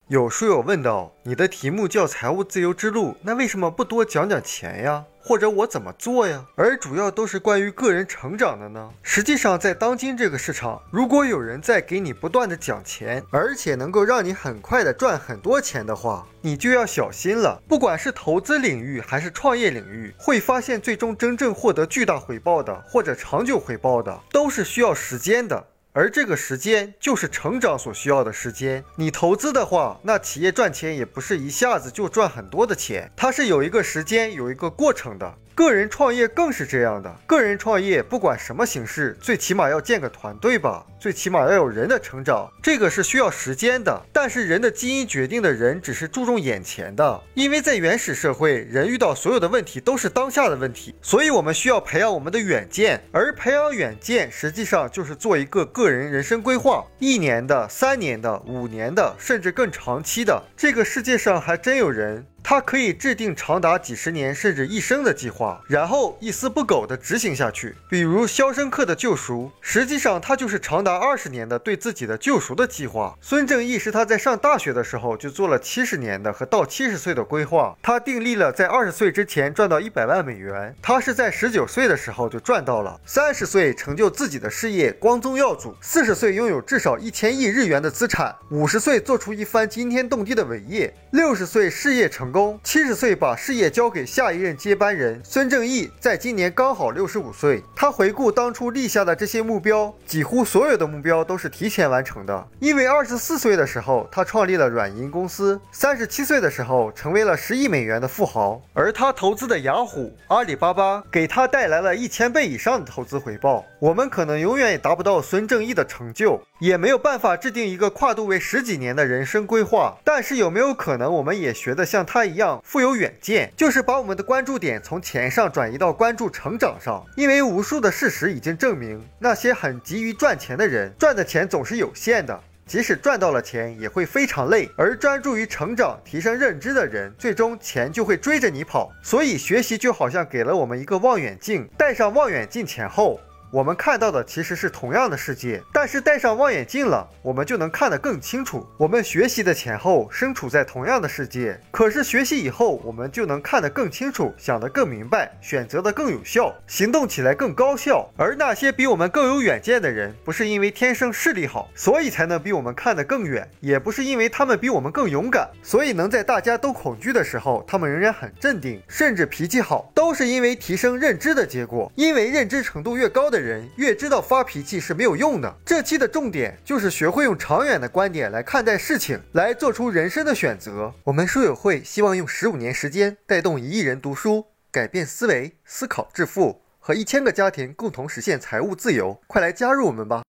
有书友问道：你的题目叫财务自由之路，那为什么不多讲讲钱呀？或者我怎么做呀？而主要都是关于个人成长的呢？实际上，在当今这个市场，如果有人在给你不断的讲钱，而且能够让你很快的赚很多钱的话，你就要小心了。不管是投资领域还是创业领域，会发现最终真正获得巨大回报的，或者长久回报的，都是需要时间的。而这个时间就是成长所需要的时间。你投资的话，那企业赚钱也不是一下子就赚很多的钱，它是有一个时间，有一个过程的。个人创业更是这样的。个人创业不管什么形式，最起码要建个团队吧，最起码要有人的成长，这个是需要时间的。但是人的基因决定的人只是注重眼前的，因为在原始社会，人遇到所有的问题都是当下的问题，所以我们需要培养我们的远见。而培养远见实际上就是做一个个人人生规划，1年的、3年的、5年的，甚至更长期的。这个世界上还真有人，他可以制定长达几十年甚至一生的计划，然后一丝不苟地执行下去。比如《肖申克的救赎》，实际上他就是长达20年的对自己的救赎的计划。孙正义是他在上大学的时候就做了70年的和到70岁的规划，他订立了在20岁之前赚到100万美元，他是在19岁的时候就赚到了。30岁成就自己的事业，光宗耀祖；40岁拥有至少1000亿日元的资产；50岁做出一番惊天动地的伟业；60岁事业成功；70岁把事业交给下一任接班人。孙正义在今年刚好65岁，他回顾当初立下的这些目标，几乎所有的目标都是提前完成的。因为24岁的时候，他创立了软银公司；37岁的时候，成为了10亿美元的富豪。而他投资的雅虎、阿里巴巴给他带来了1000倍以上的投资回报。我们可能永远也达不到孙正义的成就，也没有办法制定一个跨度为10几年的人生规划，但是有没有可能我们也学得像他一样富有远见，就是把我们的关注点从钱上转移到关注成长上。因为无数的事实已经证明，那些很急于赚钱的人，赚的钱总是有限的，即使赚到了钱也会非常累，而专注于成长提升认知的人，最终钱就会追着你跑。所以学习就好像给了我们一个望远镜，戴上望远镜前后，我们看到的其实是同样的世界，但是戴上望远镜了，我们就能看得更清楚。我们学习的前后身处在同样的世界，可是学习以后，我们就能看得更清楚，想得更明白，选择得更有效，行动起来更高效。而那些比我们更有远见的人，不是因为天生视力好，所以才能比我们看得更远，也不是因为他们比我们更勇敢，所以能在大家都恐惧的时候，他们仍然很镇定，甚至脾气好，都是因为提升认知的结果。因为认知程度越高的人越知道发脾气是没有用的。这期的重点就是学会用长远的观点来看待事情，来做出人生的选择。我们书友会希望用15年时间带动1亿人读书，改变思维，思考致富，和1000个家庭共同实现财务自由。快来加入我们吧！